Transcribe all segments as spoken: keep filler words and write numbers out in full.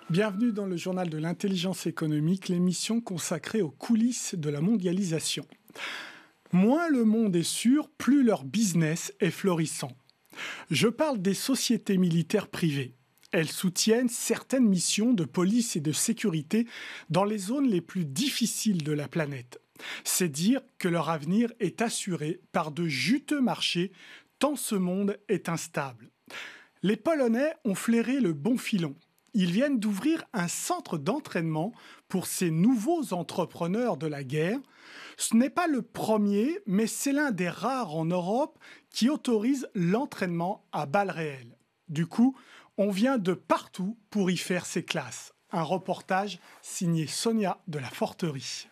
Bienvenue dans le journal de l'intelligence économique, l'émission consacrée aux coulisses de la mondialisation. Moins le monde est sûr, plus leur business est florissant. Je parle des sociétés militaires privées. Elles soutiennent certaines missions de police et de sécurité dans les zones les plus difficiles de la planète. C'est dire que leur avenir est assuré par de juteux marchés, tant ce monde est instable. Les Polonais ont flairé le bon filon. Ils viennent d'ouvrir un centre d'entraînement pour ces nouveaux entrepreneurs de la guerre. Ce n'est pas le premier, mais c'est l'un des rares en Europe qui autorise l'entraînement à balles réelles. Du coup, on vient de partout pour y faire ses classes. Un reportage signé Sonia de la Forterie.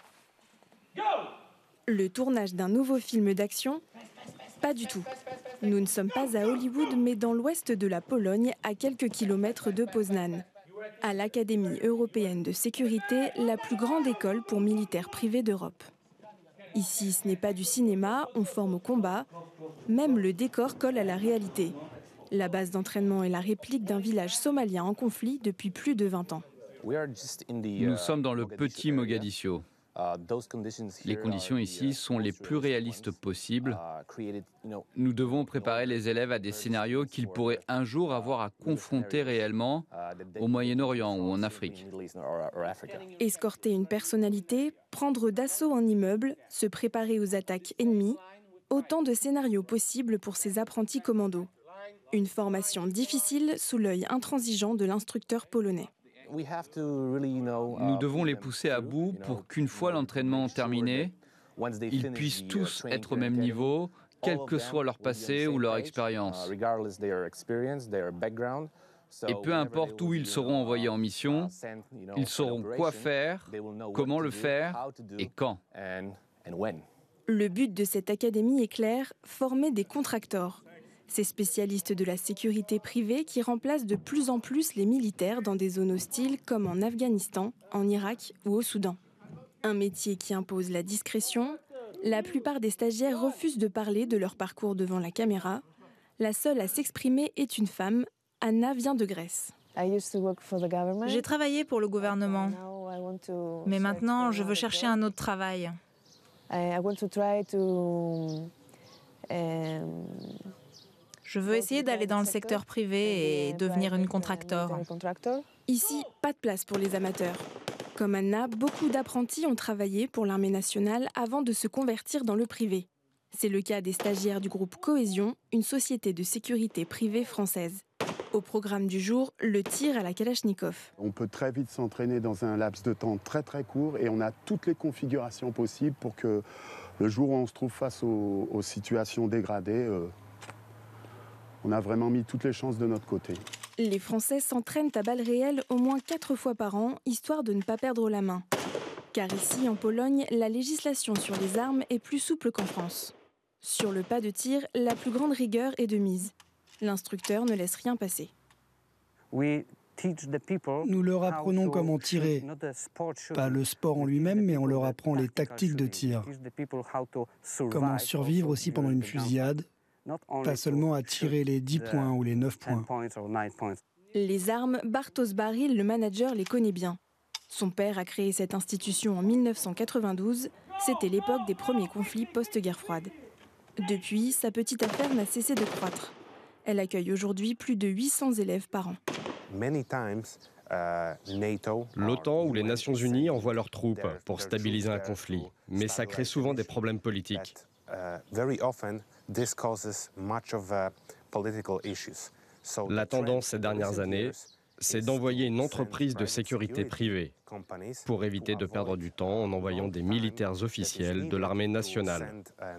Le tournage d'un nouveau film d'action ? Pas du tout. Nous ne sommes pas à Hollywood, mais dans l'ouest de la Pologne, à quelques kilomètres de Poznań. À l'Académie européenne de sécurité, la plus grande école pour militaires privés d'Europe. Ici, ce n'est pas du cinéma, on forme au combat. Même le décor colle à la réalité. La base d'entraînement est la réplique d'un village somalien en conflit depuis plus de vingt ans. Nous sommes dans le petit Mogadiscio. Les conditions ici sont les plus réalistes possibles. Nous devons préparer les élèves à des scénarios qu'ils pourraient un jour avoir à confronter réellement au Moyen-Orient ou en Afrique. Escorter une personnalité, prendre d'assaut un immeuble, se préparer aux attaques ennemies, autant de scénarios possibles pour ces apprentis commandos. Une formation difficile sous l'œil intransigeant de l'instructeur polonais. Nous devons les pousser à bout pour qu'une fois l'entraînement terminé, ils puissent tous être au même niveau, quel que soit leur passé ou leur expérience. Et peu importe où ils seront envoyés en mission, ils sauront quoi faire, comment le faire et quand. Le but de cette académie est clair, former des contractors. Ces spécialistes de la sécurité privée qui remplacent de plus en plus les militaires dans des zones hostiles comme en Afghanistan, en Irak ou au Soudan. Un métier qui impose la discrétion. La plupart des stagiaires refusent de parler de leur parcours devant la caméra. La seule à s'exprimer est une femme. Anna vient de Grèce. J'ai travaillé pour le gouvernement, mais maintenant je veux chercher un autre travail. Je veux essayer d'aller dans le secteur privé et devenir une contracteur. Ici, pas de place pour les amateurs. Comme Anna, beaucoup d'apprentis ont travaillé pour l'armée nationale avant de se convertir dans le privé. C'est le cas des stagiaires du groupe Cohésion, une société de sécurité privée française. Au programme du jour, le tir à la Kalachnikov. On peut très vite s'entraîner dans un laps de temps très très court et on a toutes les configurations possibles pour que le jour où on se trouve face aux, aux situations dégradées, euh, on a vraiment mis toutes les chances de notre côté. Les Français s'entraînent à balles réelles au moins quatre fois par an, histoire de ne pas perdre la main. Car ici, en Pologne, la législation sur les armes est plus souple qu'en France. Sur le pas de tir, la plus grande rigueur est de mise. L'instructeur ne laisse rien passer. Nous leur apprenons comment tirer. Pas le sport en lui-même, mais on leur apprend les tactiques de tir. Comment survivre aussi pendant une fusillade. Pas seulement à tirer les dix points ou les neuf points. Les armes, Bartosz Baryl, le manager, les connaît bien. Son père a créé cette institution en mille neuf cent quatre-vingt-douze. C'était l'époque des premiers conflits post-guerre froide. Depuis, sa petite affaire n'a cessé de croître. Elle accueille aujourd'hui plus de huit cents élèves par an. L'OTAN ou les Nations Unies envoient leurs troupes pour stabiliser un conflit, mais ça crée souvent des problèmes politiques. La tendance ces dernières années, c'est d'envoyer une entreprise de sécurité privée pour éviter de perdre du temps en envoyant des militaires officiels de l'armée nationale.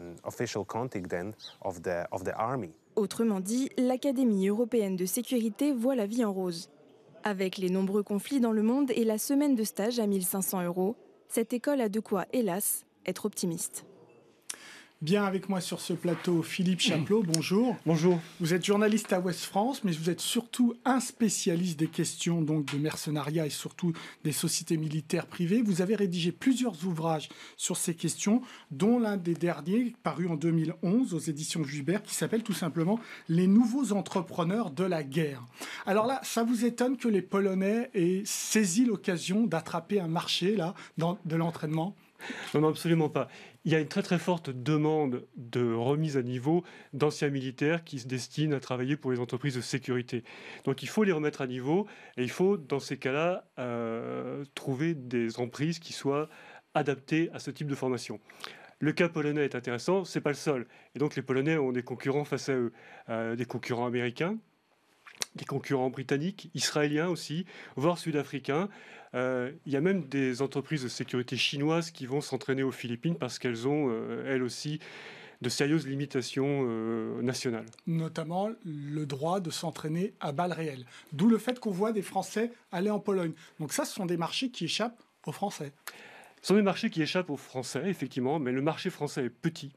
Autrement dit, l'Académie européenne de sécurité voit la vie en rose. Avec les nombreux conflits dans le monde et la semaine de stage à mille cinq cents euros, cette école a de quoi, hélas, être optimiste. Bien avec moi sur ce plateau, Philippe Chapelot, bonjour. Bonjour. Vous êtes journaliste à Ouest France, mais vous êtes surtout un spécialiste des questions donc, de mercenariat et surtout des sociétés militaires privées. Vous avez rédigé plusieurs ouvrages sur ces questions, dont l'un des derniers, paru en deux mille onze aux éditions Guibert, qui s'appelle tout simplement « Les nouveaux entrepreneurs de la guerre ». Alors là, ça vous étonne que les Polonais aient saisi l'occasion d'attraper un marché là, dans, de l'entraînement ? Non, non, absolument pas. Il y a une très très forte demande de remise à niveau d'anciens militaires qui se destinent à travailler pour les entreprises de sécurité. Donc il faut les remettre à niveau et il faut, dans ces cas-là, euh, trouver des emprises qui soient adaptées à ce type de formation. Le cas polonais est intéressant, c'est pas le seul. Et donc les Polonais ont des concurrents face à eux, euh, des concurrents américains, des concurrents britanniques, israéliens aussi, voire sud-africains. Euh, il y a même des entreprises de sécurité chinoises qui vont s'entraîner aux Philippines parce qu'elles ont, euh, elles aussi, de sérieuses limitations euh, nationales. Notamment le droit de s'entraîner à balles réelles. D'où le fait qu'on voit des Français aller en Pologne. Donc ça, ce sont des marchés qui échappent aux Français. Ce sont des marchés qui échappent aux Français, effectivement, mais le marché français est petit.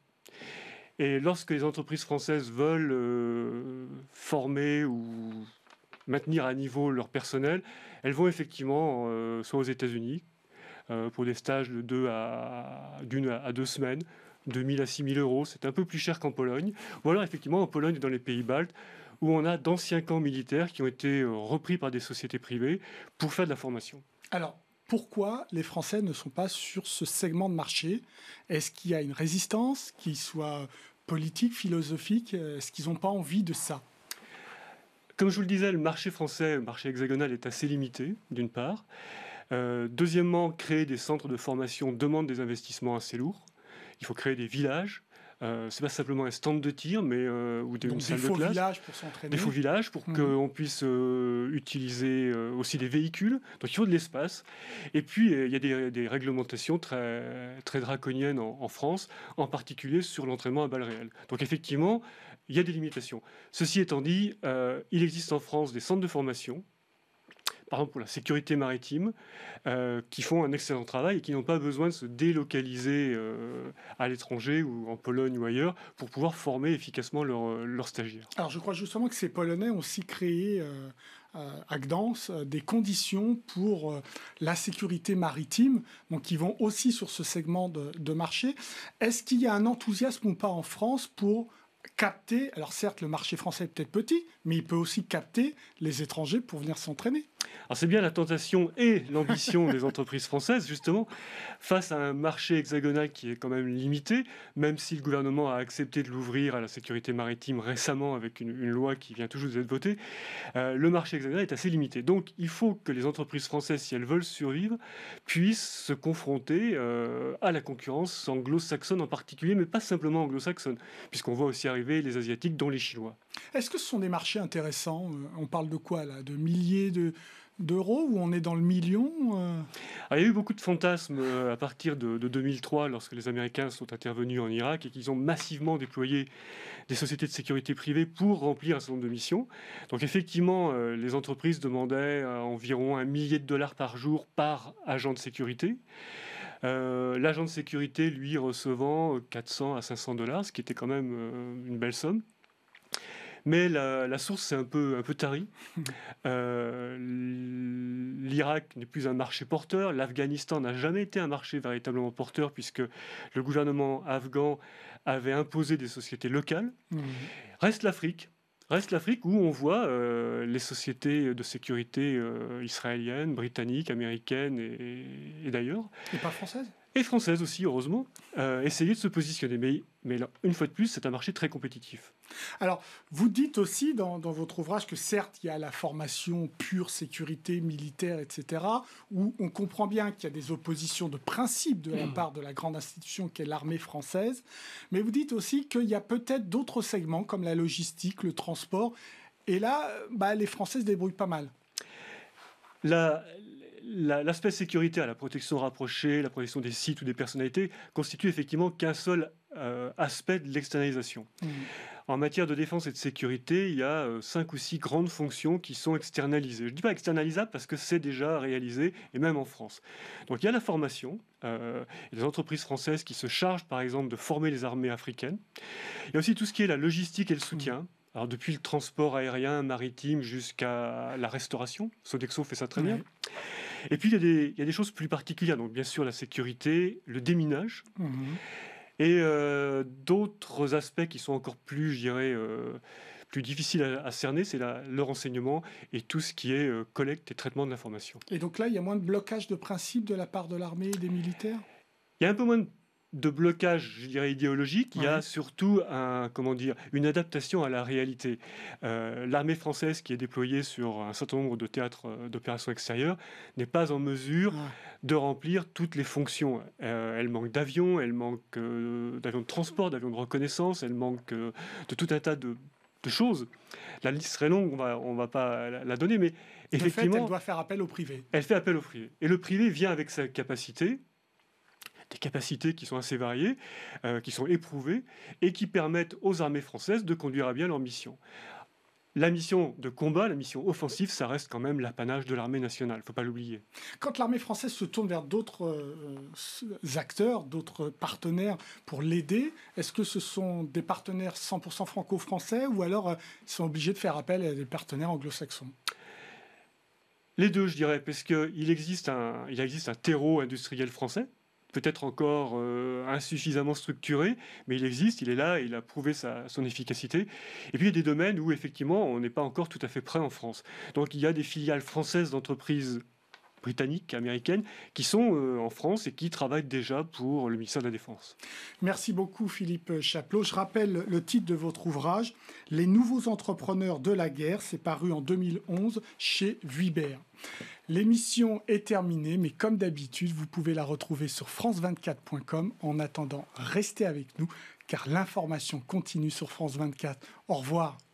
Et lorsque les entreprises françaises veulent euh, former ou maintenir à niveau leur personnel, elles vont effectivement euh, soit aux États-Unis euh, pour des stages de deux à, d'une à deux semaines, deux mille à six mille euros, c'est un peu plus cher qu'en Pologne. Ou alors effectivement en Pologne et dans les pays baltes, où on a d'anciens camps militaires qui ont été repris par des sociétés privées pour faire de la formation. Alors, pourquoi les Français ne sont pas sur ce segment de marché ? Est-ce qu'il y a une résistance qui soit politique, philosophique ? Est-ce qu'ils n'ont pas envie de ça ? Comme je vous le disais, le marché français, le marché hexagonal est assez limité, d'une part. Euh, deuxièmement, créer des centres de formation demande des investissements assez lourds. Il faut créer des villages. Euh, c'est pas simplement un stand de tir, mais euh, ou des, Donc une salle des de faux classe. villages pour s'entraîner. Des faux villages pour mmh. qu'on puisse euh, utiliser euh, aussi des véhicules. Donc il faut de l'espace. Et puis euh, il y a des, des réglementations très, très draconiennes en, en France, en particulier sur l'entraînement à balles réelles. Donc effectivement, il y a des limitations. Ceci étant dit, euh, il existe en France des centres de formation, par exemple pour la sécurité maritime, euh, qui font un excellent travail et qui n'ont pas besoin de se délocaliser euh, à l'étranger ou en Pologne ou ailleurs pour pouvoir former efficacement leurs leur stagiaires. Alors je crois justement que ces Polonais ont aussi créé euh, euh, à Gdansk euh, des conditions pour euh, la sécurité maritime, donc ils vont aussi sur ce segment de, de marché. Est-ce qu'il y a un enthousiasme ou pas en France pour capter, alors certes le marché français est peut-être petit, mais il peut aussi capter les étrangers pour venir s'entraîner. Alors c'est bien la tentation et l'ambition des entreprises françaises, justement, face à un marché hexagonal qui est quand même limité, même si le gouvernement a accepté de l'ouvrir à la sécurité maritime récemment avec une, une loi qui vient toujours d'être votée, euh, le marché hexagonal est assez limité. Donc il faut que les entreprises françaises, si elles veulent survivre, puissent se confronter euh, à la concurrence anglo-saxonne en particulier, mais pas simplement anglo-saxonne, puisqu'on voit aussi arriver les Asiatiques, dont les Chinois. Est-ce que ce sont des marchés intéressants ? On parle de quoi là ? De milliers de... d'euros, où on est dans le million euh... Alors, il y a eu beaucoup de fantasmes à partir de, de deux mille trois, lorsque les Américains sont intervenus en Irak et qu'ils ont massivement déployé des sociétés de sécurité privées pour remplir un certain nombre de missions. Donc effectivement, euh, les entreprises demandaient euh, environ un millier de dollars par jour par agent de sécurité. Euh, l'agent de sécurité, lui, recevant quatre cents à cinq cents dollars, ce qui était quand même euh, une belle somme. Mais la, la source, c'est un peu, un peu tarie. Euh, L'Irak n'est plus un marché porteur. L'Afghanistan n'a jamais été un marché véritablement porteur, puisque le gouvernement afghan avait imposé des sociétés locales. Mmh. Reste l'Afrique. Reste l'Afrique où on voit euh, les sociétés de sécurité euh, israéliennes, britanniques, américaines et, et d'ailleurs. Et pas françaises ? Et françaises aussi, heureusement, euh, essayer de se positionner. Mais, mais là, une fois de plus, c'est un marché très compétitif. Alors, vous dites aussi dans, dans votre ouvrage que certes, il y a la formation pure sécurité militaire, et cetera, où on comprend bien qu'il y a des oppositions de principe de la mmh. part de la grande institution qu'est l'armée française. Mais vous dites aussi qu'il y a peut-être d'autres segments, comme la logistique, le transport. Et là, bah, les Français se débrouillent pas mal. La... L'aspect sécuritaire, la protection rapprochée, la protection des sites ou des personnalités constitue effectivement qu'un seul euh, aspect de l'externalisation. Mmh. En matière de défense et de sécurité, il y a euh, cinq ou six grandes fonctions qui sont externalisées. Je ne dis pas externalisables parce que c'est déjà réalisé, et même en France. Donc il y a la formation. Euh, il y a des entreprises françaises qui se chargent, par exemple, de former les armées africaines. Il y a aussi tout ce qui est la logistique et le soutien. Alors depuis le transport aérien, maritime, jusqu'à la restauration. Sodexo fait ça très bien. Et puis il y, a des, il y a des choses plus particulières. Donc bien sûr la sécurité, le déminage. Mmh. Et euh, d'autres aspects qui sont encore plus, je dirais, euh, plus difficiles à, à cerner, c'est la, le renseignement et tout ce qui est euh, collecte et traitement de l'information. Et donc là, il y a moins de blocage de principe de la part de l'armée et des militaires ? Il y a un peu moins de, de blocage, je dirais, idéologique. Il ouais. y a surtout un, comment dire, une adaptation à la réalité. Euh, l'armée française, qui est déployée sur un certain nombre de théâtres d'opérations extérieures, n'est pas en mesure ouais. de remplir toutes les fonctions. Euh, elle manque d'avions, elle manque euh, d'avions de transport, d'avions de reconnaissance, elle manque euh, de tout un tas de, de choses. La liste serait longue, on va, on va pas la, la donner, mais de effectivement... fait, elle doit faire appel au privé. Elle fait appel au privé. Et le privé vient avec sa capacité, des capacités qui sont assez variées, euh, qui sont éprouvées, et qui permettent aux armées françaises de conduire à bien leur mission. La mission de combat, la mission offensive, ça reste quand même l'apanage de l'armée nationale, il ne faut pas l'oublier. Quand l'armée française se tourne vers d'autres euh, acteurs, d'autres partenaires pour l'aider, est-ce que ce sont des partenaires cent pour cent franco-français ou alors euh, ils sont obligés de faire appel à des partenaires anglo-saxons ? Les deux, je dirais, parce qu'il existe un, il existe un terreau industriel français, peut-être encore euh, insuffisamment structuré, mais il existe, il est là, et il a prouvé sa, son efficacité. Et puis il y a des domaines où effectivement on n'est pas encore tout à fait prêt en France. Donc il y a des filiales françaises d'entreprises britanniques, américaines, qui sont euh, en France et qui travaillent déjà pour le ministère de la Défense. Merci beaucoup Philippe Chapleau. Je rappelle le titre de votre ouvrage, « Les nouveaux entrepreneurs de la guerre », c'est paru en deux mille onze chez Vuibert. L'émission est terminée, mais comme d'habitude, vous pouvez la retrouver sur france vingt-quatre point com. En attendant, restez avec nous, car l'information continue sur France vingt-quatre. Au revoir.